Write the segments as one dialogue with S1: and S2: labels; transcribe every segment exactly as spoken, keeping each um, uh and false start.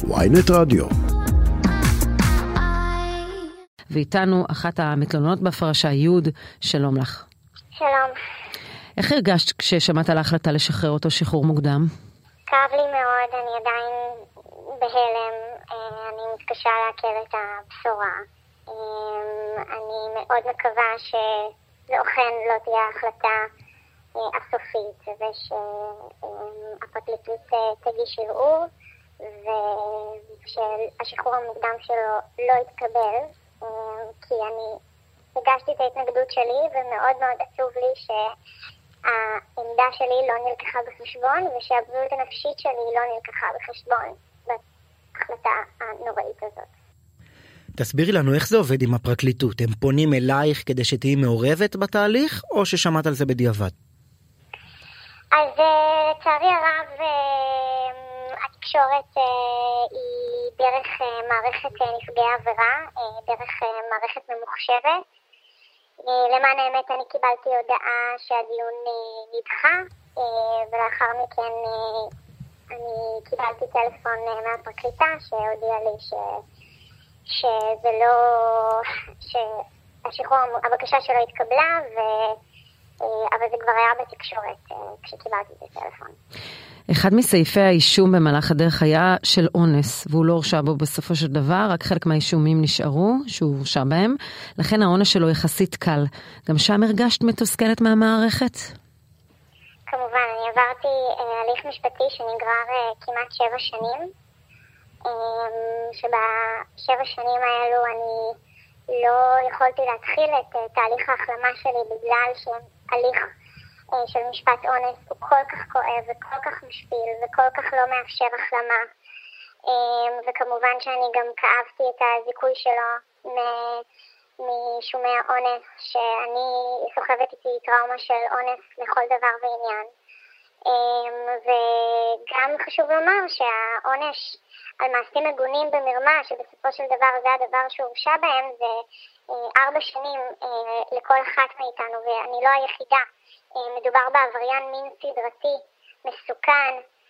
S1: וויינט רדיו.
S2: ואיתנו אחת המתלוננות בפרשה, יוד, שלום לך.
S3: שלום.
S2: איך הרגשת כששמעת על ההחלטה לשחרר אותו שחרור מוקדם?
S3: כאב לי מאוד, אני עדיין בהלם, אני מתקשה להכיר את הבשורה. אני מאוד מקווה שזו אכן לא תהיה ההחלטה הסופית, ושהפרקליטות תגיש ערעור, ושהשחרור המוקדם שלו לא יתקבל, כי אני הגשתי את ההתנגדות שלי, ומאוד מאוד עצוב לי שהעמדה שלי לא נלקחה בחשבון, ושהבריאות הנפשית שלי לא נלקחה בחשבון בהחלטה הנוראית הזאת.
S4: תסבירי לנו איך זה עובד עם הפרקליטות. הם פונים אלייך כדי שתהיי מעורבת בתהליך, או ששמעת על זה בדיעבד?
S3: אז לצערי הרב, התקשורת היא דרך מערכת נפגעי עבירה, דרך מערכת ממוחשבת. למען האמת אני קיבלתי הודעה שהדיון נדחה, ולאחר מכן אני קיבלתי טלפון מהפרקליטה שהודיעה לי ש... שזה לא... שהשחרור, הבקשה שלו התקבלה, ו... אבל זה כבר היה בתקשורת כשקיבלתי את הטלפון.
S2: אחד מסעיפי האישום במהלך הדרך היה של אונס, והוא לא הורשע בו בסופו של דבר, רק חלק מהאישומים נשארו, שהוא הורשע בהם, לכן העונש שלו יחסית קל. גם שם הרגשת מתוסכלת מהמערכת?
S3: כמובן, אני עברתי הליך משפטי שנגרר כמעט שבע שנים, שבשבע שנים האלו אני לא יכולתי להתחיל את תהליך ההחלמה שלי בגלל שהליך של משפט אונס הוא כל כך כואב וכל כך משפיל וכל כך לא מאפשר החלמה, וכמובן שאני גם כאבתי את הזיכוי שלו משומי האונס, שאני סוחבת איתי טראומה של אונס לכל דבר ועניין. וגם חשוב לומר שהעונש על מעשים מגונים במרמה, שבסופו של דבר זה הדבר שהורשע בהם, זה ארבע שנים לכל אחת מאיתנו, ואני לא היחידה. מדובר בעבריין מין סדרתי, מסוכן,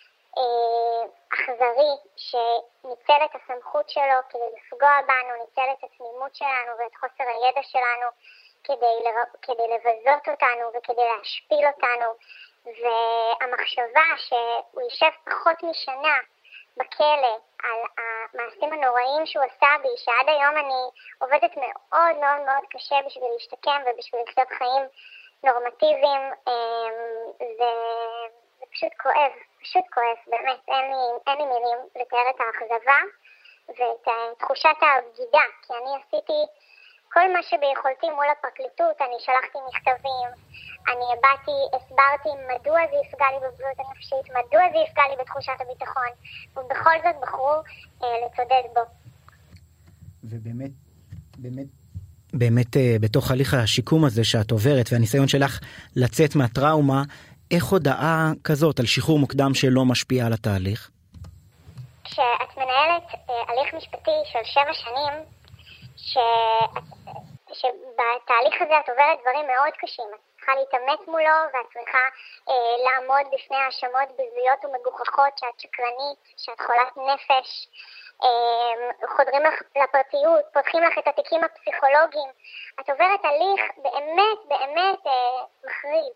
S3: אכזרי, שניצל את הסמכות שלו כדי לפגוע בנו, ניצל את התמימות שלנו ואת חוסר הידע שלנו כדי, כדי לבזות אותנו וכדי להשפיל אותנו. והמחשבה שהוא יישב פחות משנה בכלא על המעשים הנוראים שהוא עשה בי, שעד היום אני עובדת מאוד מאוד מאוד קשה בשביל להשתקם ובשביל לחיות חיים נורמטיביים, זה, זה פשוט כואב, פשוט כואב, באמת, אין לי, אין לי מילים לתאר את האכזבה ואת תחושת הבגידה, כי אני עשיתי כל מה שביכולתי מול הפרקליטות, אני שלחתי מכתבים, אני הבאתי, הסברתי מדוע זה יפגע לי בבריאות הנפשית, מדוע זה יפגע לי בתחושת הביטחון, ובכל זאת בחרו אה, לצודד בו.
S4: ובאמת, באמת, באמת אה, בתוך הליך השיקום הזה שאת עוברת, והניסיון שלך לצאת מהטראומה, איך הודעה כזאת על שחרור מוקדם שלא משפיע על התהליך?
S3: כשאת מנהלת אה, הליך משפטי של שבע שנים, שאת, שבתהליך הזה את עוברת דברים מאוד קשים, את צריכה להתאמץ מולו ואת צריכה אה, לעמוד בפני האשמות בזויות ומגוחכות שאת שקרנית, שאת חולת נפש, אה, חודרים לך לפרטיות, פותחים לך את התיקים הפסיכולוגיים, את עוברת הליך באמת באמת אה, מחריד,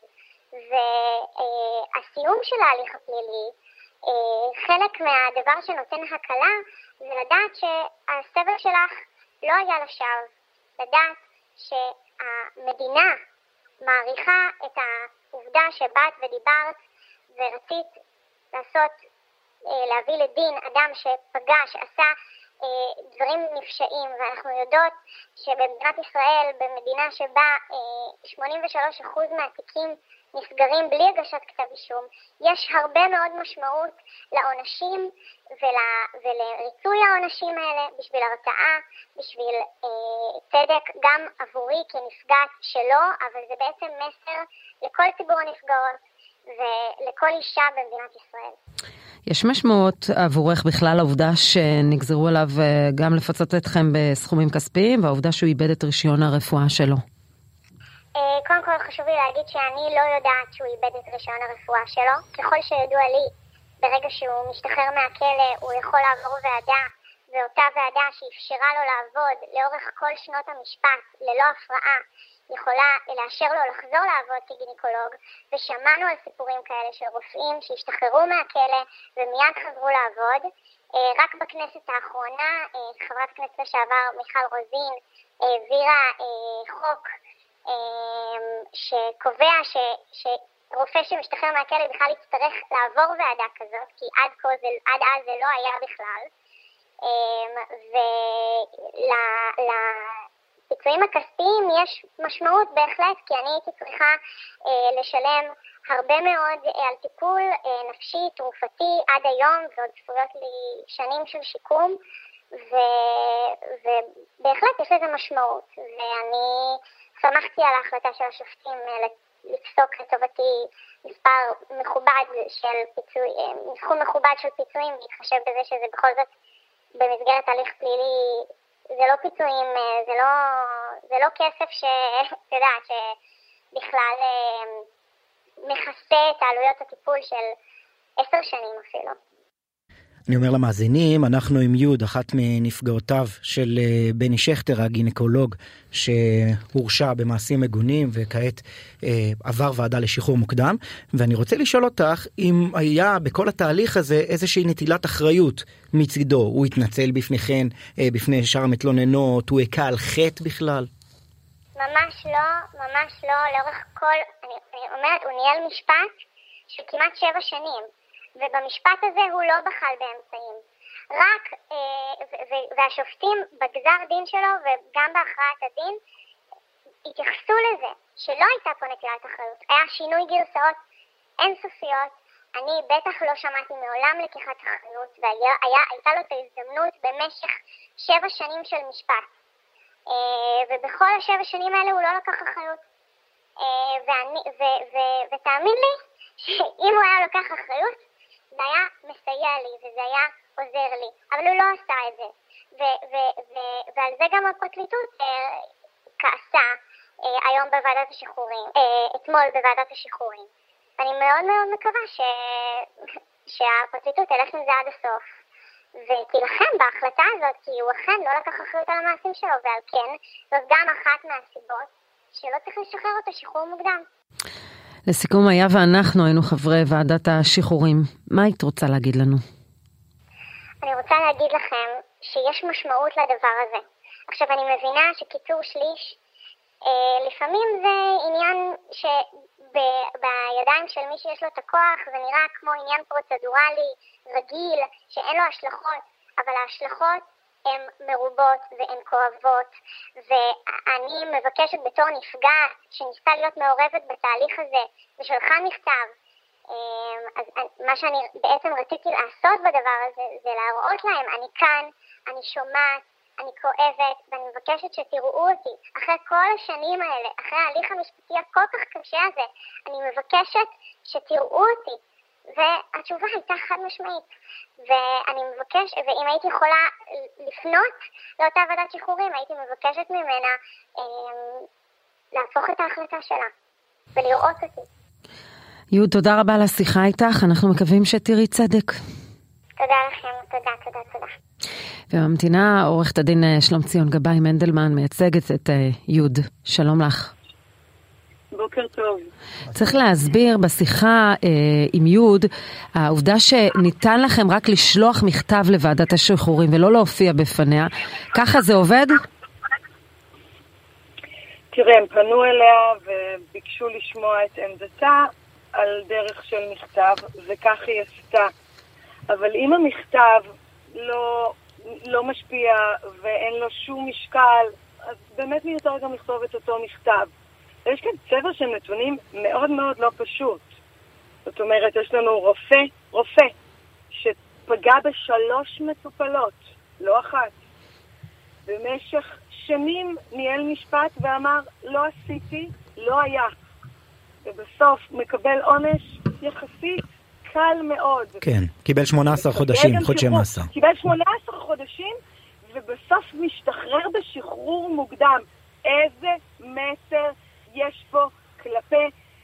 S3: והסיום של ההליך הפלילי, אה, חלק מהדבר שנותן הקלה זה לדעת שהסבל שלך לא היה לשווא, לדעת שהמדינה מעריכה את העובדה שבאת ודיברת ורצית לעשות, להביא לדין אדם שפגע, שעשה דברים נפשעים, ואנחנו יודעות שבמדינת ישראל, במדינה שבה שמונים ושלושה אחוז מהתיקים נסגרים בלי הגשת כתב אישום, יש הרבה מאוד משמעות לעונשים ול, ולריצוי העונשים האלה בשביל הרתעה, בשביל אה, צדק גם עבורי כנפגעת שלו, אבל זה בעצם מסר לכל ציבור הנפגעות ולכל אישה במדינת ישראל.
S2: יש משמעות עבורך בכלל העובדה שנגזרו עליו גם לפצות אתכם בסכומים כספיים, והעובדה שהוא איבד את רישיון הרפואה שלו?
S3: קודם כל חשוב לי להגיד שאני לא יודעת שהוא איבד את רישיון הרפואה שלו. ככל שידוע לי, ברגע שהוא משתחרר מהכלא הוא יכול לעבור ועדה, ואותה ועדה שאפשרה לו לעבוד לאורך כל שנות המשפט ללא הפרעה, יכולה לאשר לו לחזור לעבוד כגינקולוג, ושמענו על סיפורים כאלה של רופאים שהשתחררו מהכלא ומיד חזרו לעבוד. רק בכנסת האחרונה, חברת כנסת לשעבר מיכל רוזין העבירה חוק שקובע ש, שרופא שמשתחרר מהכלא בכלל יצטרך לעבור ועדה כזאת, כי עד, זה, עד אז זה לא היה בכלל. ולפיצויים הכספיים יש משמעות בהחלט, כי אני הייתי צריכה לשלם הרבה מאוד על טיפול נפשי, תרופתי עד היום, ועוד צפויות לי שנים של שיקום, ו... ובהחלט יש לזה משמעות, ואני שמחתי על ההחלטה של השופטים לפסוק לטובתי מספר מכובד של פיצוי, סכום מכובד של פיצויים, להתחשב בזה שזה בכל זאת במסגרת הליך פלילי, זה לא פיצויים, זה לא, זה לא כסף שאתה יודע, שבכלל מכסה את העלויות הטיפול של עשר שנים אפילו.
S4: אני אומר למאזינים, אנחנו עם יוד, אחת מנפגעותיו של בני שכטר, הגינקולוג, שהורשע במעשים מגונים וכעת אה, עבר ועדה לשחרור מוקדם, ואני רוצה לשאול אותך אם היה בכל התהליך הזה איזושהי נטילת אחריות מצדו, הוא התנצל בפניכן, אה, בפני שאר המתלוננות, הוא הכה על חטא בכלל?
S3: ממש לא, ממש לא, לאורך כל, אני, אני אומרת, הוא ניהל משפט של כמעט שבע שנים, ובמשפט הזה הוא לא בחל באמצעים. רק, אה, ו- ו- והשופטים בגזר דין שלו וגם בהכרעת הדין התייחסו לזה, שלא הייתה פה נטילת אחריות. היה שינוי גרסאות אינסופיות, אני בטח לא שמעתי מעולם לקיחת אחריות, והייתה לו את ההזדמנות במשך שבע שנים של משפט. אה, ובכל השבע שנים האלה הוא לא לקח אחריות. אה, ואני, ו- ו- ותאמין לי שאם הוא היה לוקח אחריות, זה היה מסייע לי וזה היה עוזר לי, אבל הוא לא עשה את זה. ו- ו- ו- ועל זה גם הפרקליטות אה, כעסה אה, היום בוועדת השחרורים, אה, אתמול בוועדת השחרורים. אני מאוד מאוד מקווה ש- שהפרקליטות תלך עם זה עד הסוף, ותילחם בהחלטה הזאת, כי הוא אכן לא לקח אחריות על המעשים שלו, ועל כן, זאת גם אחת מהסיבות שלא צריך לשחרר אותו שחרור מוקדם.
S2: לסיכום, היה ואנחנו היינו חברי ועדת השחרורים. מה היית רוצה להגיד לנו?
S3: אני רוצה להגיד לכם שיש משמעות לדבר הזה. עכשיו, אני מבינה שקיצור שליש, אה, לפעמים זה עניין שבידיים של מי שיש לו את הכוח, זה נראה כמו עניין פרוצדורלי, רגיל, שאין לו השלכות, אבל ההשלכות הן מרובות והן כואבות, ואני מבקשת בתור נפגעת שניסתה להיות מעורבת בתהליך הזה ושלחה מכתב, אז מה שאני בעצם רציתי לעשות בדבר הזה זה להראות להם, אני כאן, אני שומעת, אני כואבת, ואני מבקשת שתראו אותי אחרי כל השנים האלה, אחרי ההליך המשפטי הכל כך קשה הזה, אני מבקשת שתראו אותי. והתשובה הייתה חד משמעית, ואני מבקש, ואם הייתי יכולה לפנות לאותה ועדת שחרורים, הייתי מבקשת ממנה אה, להפוך את ההחלטה שלה ולראות אותי.
S2: יוד, תודה רבה על השיחה איתך, אנחנו מקווים שתראי צדק.
S3: תודה לכם, תודה, תודה, תודה.
S2: וממתינה עורכת הדין שלום ציון גבאי מנדלמן, מייצגת את יוד. שלום לך.
S1: בוקר טוב.
S2: צריך להסביר בשיחה אה, עם יוד, העובדה שניתן לכם רק לשלוח מכתב לוועדת השחרורים ולא להופיע בפניה, ככה זה עובד?
S1: תראה, הם פנו אליה וביקשו לשמוע את עמדתה על דרך של מכתב, וכך היא עשתה. אבל אם המכתב לא, לא משפיע ואין לו שום משקל, אז באמת מיותר גם לכתוב את אותו מכתב. יש כאן צבר של נתונים מאוד מאוד לא פשוט. זאת אומרת, יש לנו רופא, רופא, שפגע בשלוש מטופלות, לא אחת. במשך שנים ניהל משפט ואמר, לא עשיתי, לא היה. ובסוף מקבל עונש יחסית קל מאוד.
S4: כן, קיבל שמונה עשרה חודשים, חודשי מאסר.
S1: קיבל שמונה עשרה חודשים, ובסוף משתחרר בשחרור מוקדם. איזה מסר יש פה כלפי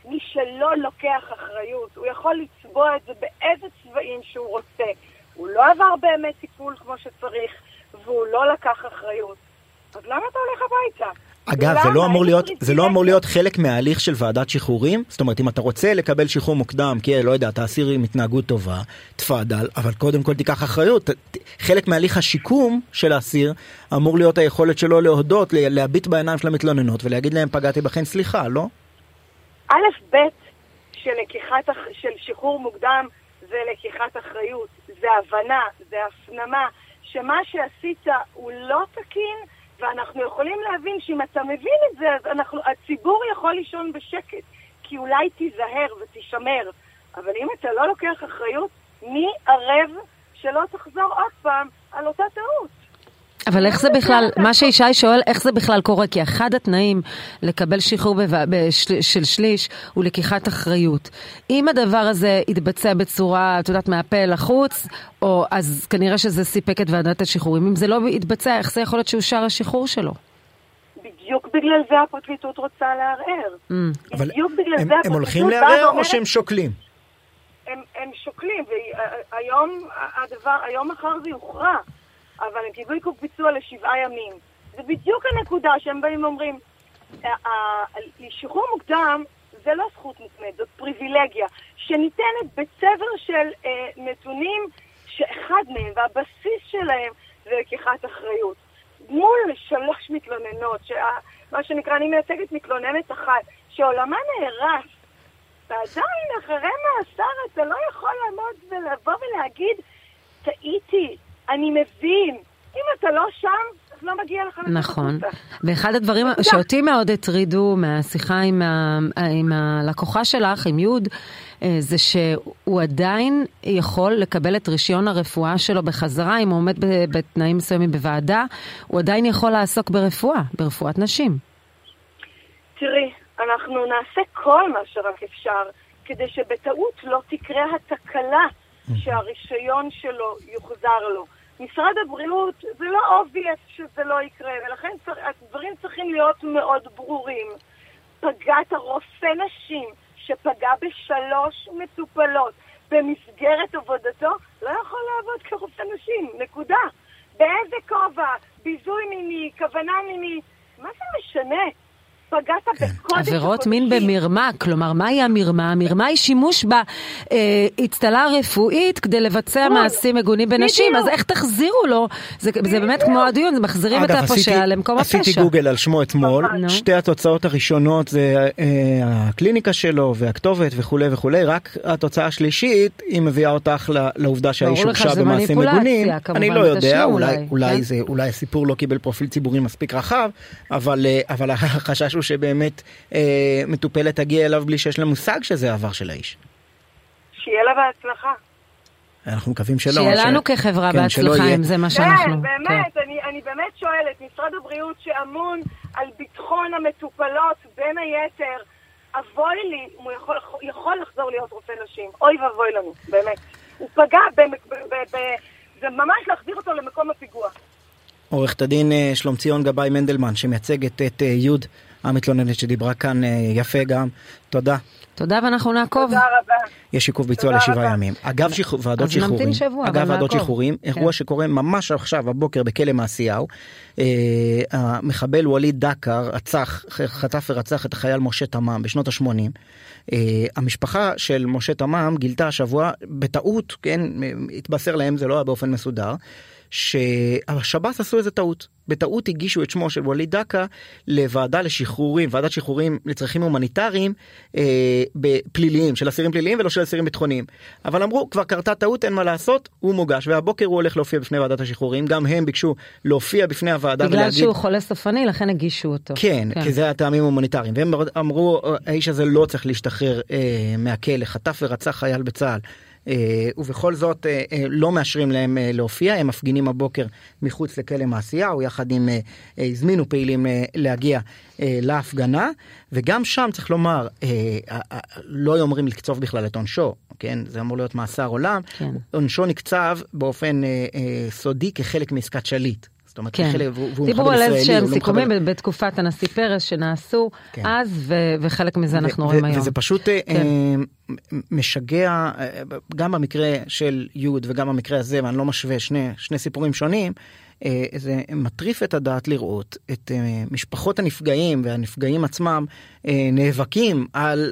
S1: מי שלא לוקח אחריות, הוא יכול לצבוע את זה באיזה צבעים שהוא רוצה. הוא לא עבר באמת טיפול כמו שצריך, והוא לא לקח אחריות. אז למה אתה הולך הביתה?
S4: אגב, זה לא אמור להיות, זה לא אמור להיות חלק מההליך של ועדת שחרורים? זאת אומרת, אם אתה רוצה לקבל שחרור מוקדם, כי לא יודע, אתה אסיר עם התנהגות טובה, תפעדל, אבל קודם כל תיקח אחריות. חלק מההליך השיקום של האסיר אמור להיות היכולת שלו להודות, להביט בעיניים של המתלוננות ולהגיד להם, פגעתי בכן, סליחה, לא?
S1: א' ב' של לקיחת, של שחרור מוקדם זה לקיחת אחריות, זה הבנה, זה הפנמה, שמה שעשית הוא לא תקין, ואנחנו יכולים להבין שאם אתה מבין את זה, אז אנחנו, הציבור יכול לישון בשקט, כי אולי תיזהר ותשמר. אבל אם אתה לא לוקח אחריות, מי ערב שלא תחזור עוד פעם על אותה טעות?
S2: אבל איך זה בכלל, מה שישי שואל, איך זה בכלל קורה? כי אחד התנאים לקבל שחרור של שליש הוא לקיחת אחריות. אם הדבר הזה יתבצע בצורה, את יודעת, מהפה לחוץ, או אז כנראה שזה סיפק את ועדת השחרורים. אם זה לא יתבצע, איך זה יכול להיות שאושר השחרור שלו?
S1: בדיוק בגלל זה הפרקליטות רוצה לערער.
S4: אבל הם הולכים לערער או שהם שוקלים?
S1: הם שוקלים, והיום הדבר, היום מחר זה יוכרע. אבל הם קיבלו עיכוב ביצוע לשבעה ימים. זה בדיוק הנקודה שהם באים ואומרים, שחרור מוקדם זה לא זכות מוקנית, זאת פריבילגיה, שניתנת בצבר של אה, נתונים שאחד מהם והבסיס שלהם זה לקיחת אחריות. מול שלוש מתלוננות, שה, מה שנקרא, אני מייצגת מתלוננת אחת, שעולמה נהרס, ועדיין אחרי מאסר אתה לא יכול לעמוד ולבוא ולהגיד, טעיתי, אני מבין, אם אתה לא שם, אז לא מגיע לך.
S2: נכון. ואחד הדברים שאותי מאוד הטרידו מהשיחה עם, ה... עם הלקוחה שלך, עם יוד, זה שהוא עדיין יכול לקבל את רישיון הרפואה שלו בחזרה, אם הוא עומד בתנאים מסוימים בוועדה, הוא עדיין יכול לעסוק ברפואה, ברפואת נשים.
S1: תראי, אנחנו נעשה כל מה שרק אפשר, כדי שבטעות לא תקרה התקלה שהרישיון שלו יוחזר לו. משרד הבריאות, זה לא obvious שזה לא יקרה, ולכן הדברים צריכים להיות מאוד ברורים. פגעת רופא נשים שפגע בשלוש מטופלות במסגרת עבודתו, לא יכול לעבוד כרופא נשים, נקודה. באיזה כובע, ביזוי מיני, כוונה מיני, מה זה משנה? פגעת בקודש.
S2: עבירות מין במרמה, כלומר, מהי המרמה? המרמה היא שימוש באצטלה רפואית כדי לבצע מעשים מגונים בנשים, אז איך תחזירו לו? זה באמת כמו הדיון, זה מחזירים את הפושע למקום הפשע.
S4: עשיתי גוגל על שמו אתמול, שתי התוצאות הראשונות זה הקליניקה שלו והכתובת וכו' וכו', רק התוצאה השלישית היא מביאה אותך לעובדה שהאיש הורשע במעשים מגונים. אני לא יודע, אולי הסיפור לא קיבל פרופיל ציבורי מספיק רחב, אבל החשש הוא שבאמת אה, מטופלת תגיע אליו בלי שיש לה מושג שזה העבר של האיש.
S1: שיהיה לה בהצלחה.
S4: אנחנו מקווים שלא.
S2: שיהיה לנו ש... כחברה כן, בהצלחה, אם זה מה שאנחנו...
S1: כן, באמת, כן. אני, אני באמת שואלת, משרד הבריאות שאמון על ביטחון המטופלות, בין היתר, אבוי לי, הוא יכול, יכול לחזור להיות רופא נשים. אוי ואבוי לנו, באמת. הוא פגע, ב, ב, ב, ב, זה ממש להחזיר אותו למקום הפיגוע.
S4: עורכת הדין שלומציון גבאי מנדלמן, שמייצגת את יוד, המתלוננת שדיברה כאן יפה גם. תודה.
S2: תודה, ואנחנו נעקוב.
S1: תודה רבה.
S4: יש עיכוב ביצוע לשבעה ימים. אגב ועדות שחרורים, אגב ועדות שחרורים, אירוע שקורה ממש עכשיו, הבוקר בכלא מעשיהו, המחבל וליד דקר רצח, חטף ורצח את החייל משה תמם בשנות ה-שמונים. המשפחה של משה תמם גילתה השבוע בטעות, כן, התבשר להם, זה לא היה באופן מסודר, שהשב"ס עשו איזה טעות. בטעות הגישו את שמו של וליד דקה לוועדה לשחרורים, ועדת שחרורים לצרכים הומניטריים אה, בפליליים, של אסירים פליליים ולא של אסירים ביטחוניים. אבל אמרו, כבר קרתה טעות, אין מה לעשות, הוא מוגש, והבוקר הוא הולך להופיע בפני ועדת השחרורים, גם הם ביקשו להופיע בפני הוועדה
S2: בגלל
S4: ולהגיד...
S2: שהוא חולה סופני, לכן הגישו אותו.
S4: כן, כן. כי זה הטעמים הומניטריים. והם אמרו, האיש הזה לא צריך להשתחרר אה, מהכלא, חטף ורצח חייל בצה"ל. Uh, ובכל זאת uh, uh, לא מאשרים להם uh, להופיע, הם מפגינים הבוקר מחוץ לכלא מעשיהו, יחד עם uh, uh, הזמינו פעילים uh, להגיע uh, להפגנה, וגם שם צריך לומר, uh, uh, uh, לא אומרים לקצוב בכלל את עונשו, כן? זה אמור להיות מאסר עולם, כן. עונשו נקצב באופן uh, uh, סודי כחלק מעסקת שליט. זאת זאת אומרת,
S2: כן.
S4: חלק, והוא
S2: דיברו על איזה שהם סיכומים
S4: מחבל...
S2: בתקופת הנשיא פרס שנעשו כן. אז, ו- וחלק מזה אנחנו
S4: ו-
S2: רואים
S4: ו-
S2: היום.
S4: וזה פשוט כן. אה, משגע, גם במקרה של יוד וגם במקרה הזה, ואני לא משווה שני, שני סיפורים שונים, זה מטריף את הדעת לראות את משפחות הנפגעים והנפגעים עצמם נאבקים על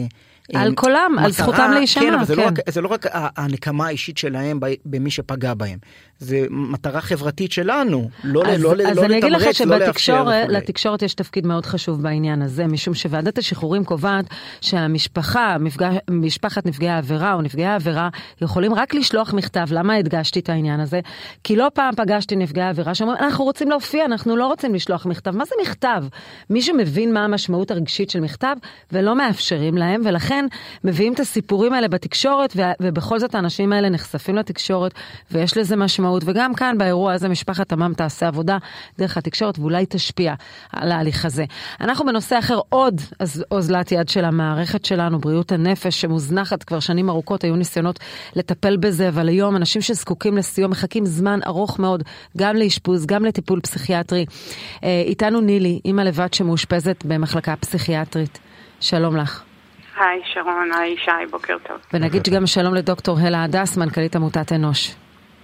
S2: על קולם, על זכותם להישמע.
S4: כן, אבל זה, כן. לא רק, זה לא רק הנקמה האישית שלהם במי שפגע בהם, זה מטרה חברתית שלנו, לא,
S2: אז,
S4: לא,
S2: אז
S4: לא
S2: אני
S4: לתמרץ,
S2: אגיד לך
S4: לא לאפשר.
S2: לתקשורת יש תפקיד מאוד חשוב בעניין הזה, משום שוועדת השחרורים קובעת שהמשפחה, מפגע, משפחת נפגעי העבירה או נפגעי העבירה, יכולים רק לשלוח מכתב. למה הדגשתי את העניין הזה? כי לא פעם פגשתי נפגעי העבירה שאומרים, אנחנו רוצים להופיע, אנחנו לא רוצים לשלוח מכתב. מה זה מכתב? מישהו מבין מה המשמעות הרגשית של מכתב, ולא מאפשרים להם, ולכן מביאים את הסיפורים האלה בתקשורת, ובכל זאת האנשים האלה נחשפים לתקשורת, ויש לזה משמעות, וגם כאן באירוע הזה משפחת תמם תעשה עבודה דרך התקשורת, ואולי תשפיע על ההליך הזה. אנחנו בנושא אחר עוד, אז אוזלת יד של המערכת שלנו, בריאות הנפש שמוזנחת כבר שנים ארוכות, היו ניסיונות לטפל בזה, אבל היום אנשים שזקוקים לסיוע מחכים זמן ארוך מאוד, גם לאשפוז, גם לטיפול פסיכיאטרי. איתנו נילי, אמא לבת שמאושפזת במחלקה פסיכיאטרית. שלום לך.
S5: היי שרון, היי שי, בוקר טוב.
S2: ונגיד גם שלום לדוקטור הלה הדס, מנכ"לית עמותת אנוש.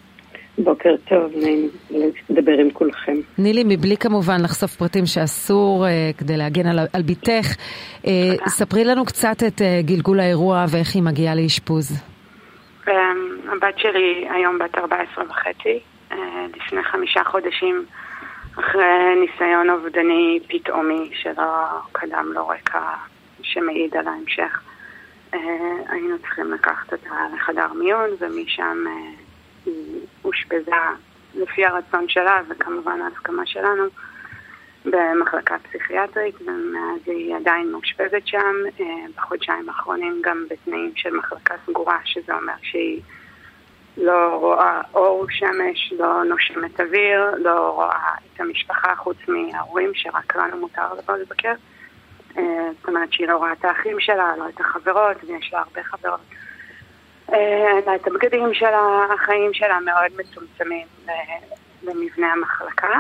S6: בוקר טוב, נעים לדבר עם כולכם.
S2: נילי, מבלי כמובן לחשוף פרטים שאסור uh, כדי להגן על, על ביתך, uh, ספרי לנו קצת את uh, גלגול האירוע ואיך היא מגיעה לאשפוז.
S5: Um, הבת שלי היום בת ארבע עשרה וחצי, uh, לפני חמישה חודשים, אחרי ניסיון אובדני פתאומי שלא קדם לו רקע שמעיד על ההמשך. Uh, היינו צריכים לקחת אותה לחדר מיון, ומשם uh, הושפזה לפי הרצון שלה, וכמובן ההסכמה שלנו, במחלקה פסיכיאטרית, ומאז היא עדיין מאושפזת שם, uh, בחודשיים האחרונים גם בתנאים של מחלקה סגורה, שזה אומר שהיא לא רואה אור שמש, לא נושמת אוויר, לא רואה את המשפחה חוץ מההורים, שרק לנו מותר לבוא לבקר. זאת אומרת שהיא לא רואה את האחים שלה, לא את החברות, ויש לה הרבה חברות. אלא את הבגדים שלה, החיים שלה מאוד מצומצמים במבנה המחלקה.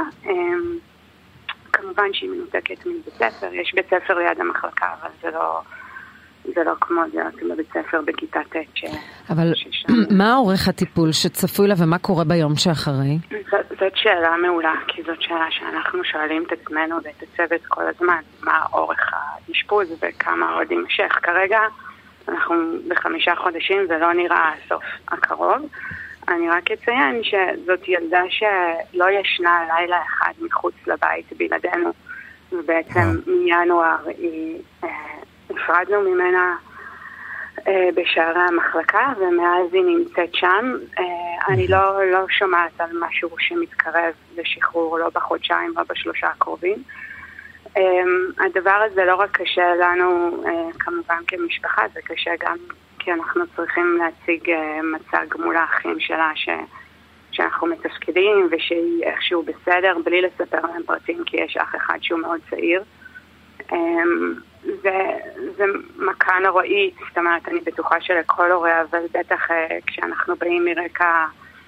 S5: כמובן שהיא מנותקת מבית ספר, יש בית ספר ליד המחלקה, אבל זה לא, זה לא כמו זה, זה בית ספר בכיתה ט'.
S2: אבל מה עורך הטיפול שצפוי לה ומה קורה ביום שאחרי?
S5: זאת, זאת שאלה מעולה, כי זאת שאלה שאנחנו שואלים את עצמנו ואת הצוות כל הזמן, מה אורך האשפוז וכמה עוד יימשך. כרגע אנחנו בחמישה חודשים, זה לא נראה הסוף הקרוב. אני רק אציין שזאת ילדה שלא ישנה לילה אחד מחוץ לבית בלעדינו, ובעצם מינואר היא, אה, הפרדנו ממנה אה, בשערי המחלקה, ומאז היא נמצאת שם. אה, אני לא, לא שומעת על משהו שמתקרב לשחרור, לא בחודשיים, לא בשלושה הקרובים. אה, הדבר הזה לא רק קשה לנו, אה, כמובן כמשפחה, זה קשה גם כי אנחנו צריכים להציג אה, מצג מול האחים שלה ש... שאנחנו מתפקדים ושהיא איכשהו בסדר, בלי לספר להם פרטים, כי יש אח אחד שהוא מאוד צעיר. זה, זה מכה נוראית, זאת אומרת, אני בטוחה שלכל הורה, אבל בטח כשאנחנו באים מרקע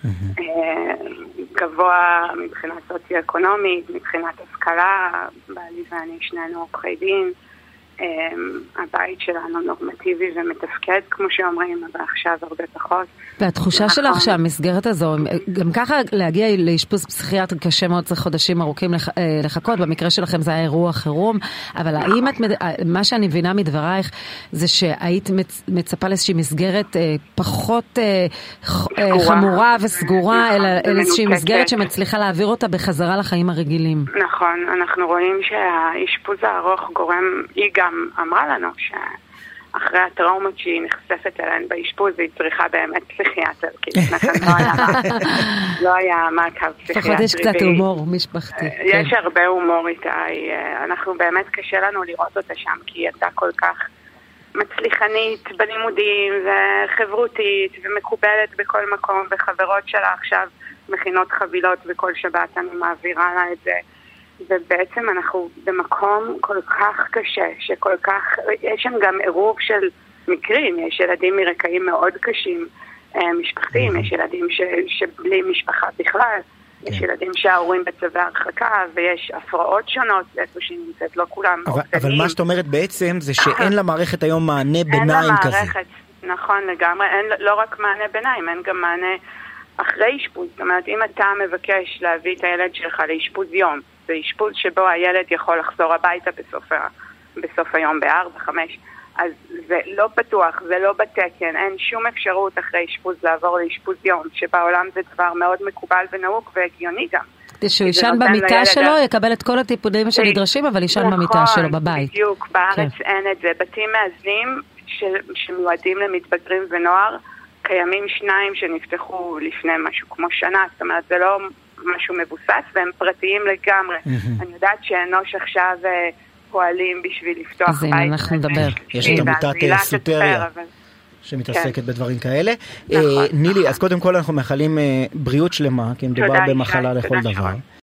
S5: גבוה מבחינת סוציו-אקונומית, מבחינת השכלה, בעלי ואני שנינו עורכי דין, הבית שלנו נורמטיבי ומתפקד, כמו שאומרים, אבל עכשיו הרבה פחות.
S2: והתחושה שלך שהמסגרת הזו, גם ככה להגיע לאשפוז פסיכיאטרי קשה מאוד, צריך חודשים ארוכים לחכות, במקרה שלכם זה היה אירוע חירום, אבל האם את, מה שאני מבינה מדברייך, זה שהיית מצפה לאיזושהי מסגרת פחות חמורה וסגורה, אלא איזושהי מסגרת שמצליחה להעביר אותה בחזרה לחיים הרגילים.
S5: נכון, אנחנו רואים שהאשפוז הארוך גורם, היא גם אמרה לנו שאחרי הטראומות שהיא נחשפת אליהן באשפוז, היא צריכה באמת פסיכיאטר, כי לפני לא היה, לא היה מעקב פסיכיאטרי.
S2: לפחות יש קצת הומור משפחתי.
S5: יש הרבה הומור איתה, אנחנו באמת קשה לנו לראות אותה שם, כי היא הייתה כל כך מצליחנית בלימודים, וחברותית, ומקובלת בכל מקום, וחברות שלה עכשיו מכינות חבילות, וכל שבת אני מעבירה לה את זה. ובעצם אנחנו במקום כל כך קשה, שכל כך, יש שם גם עירוב של מקרים, יש ילדים מרקעים מאוד קשים, משפחתיים, יש ילדים ש, שבלי משפחה בכלל, יש ילדים שההורים בצווי הרחקה, ויש הפרעות שונות איפה שהיא נמצאת, לא כולם
S4: אבל, אבל מה שאת אומרת בעצם זה שאין למערכת היום מענה ביניים כזה.
S5: אין למערכת, נכון לגמרי, אין לא רק מענה ביניים, אין גם מענה אחרי אשפוז. זאת אומרת, אם אתה מבקש להביא את הילד שלך לאשפוז יום, זה אשפוז שבו הילד יכול לחזור הביתה בסוף, ה, בסוף היום בארבע, חמש, אז זה לא פתוח, זה לא בתקן, אין שום אפשרות אחרי אשפוז לעבור לאשפוז יום, שבעולם זה דבר מאוד מקובל ונהוג והגיוני גם.
S2: שהוא ישן במיטה שלו, יקבל את כל הטיפולים שנדרשים, אבל ישן במיטה שלו בבית.
S5: בדיוק, בארץ אין את זה. בתים מאזנים שמיועדים למתבגרים ונוער, קיימים שניים שנפתחו לפני משהו כמו שנה, זאת אומרת, זה לא משהו מבוסס, והם פרטיים לגמרי. אני יודעת שאנוש עכשיו פועלים בשביל לפתוח בית.
S2: אז הנה, אנחנו נדבר.
S4: יש את עמותת סוטריה. שמתעסקת בדברים כאלה. נילי, אז קודם כל אנחנו מאחלים בריאות שלמה, כי מדובר במחלה לכל דבר.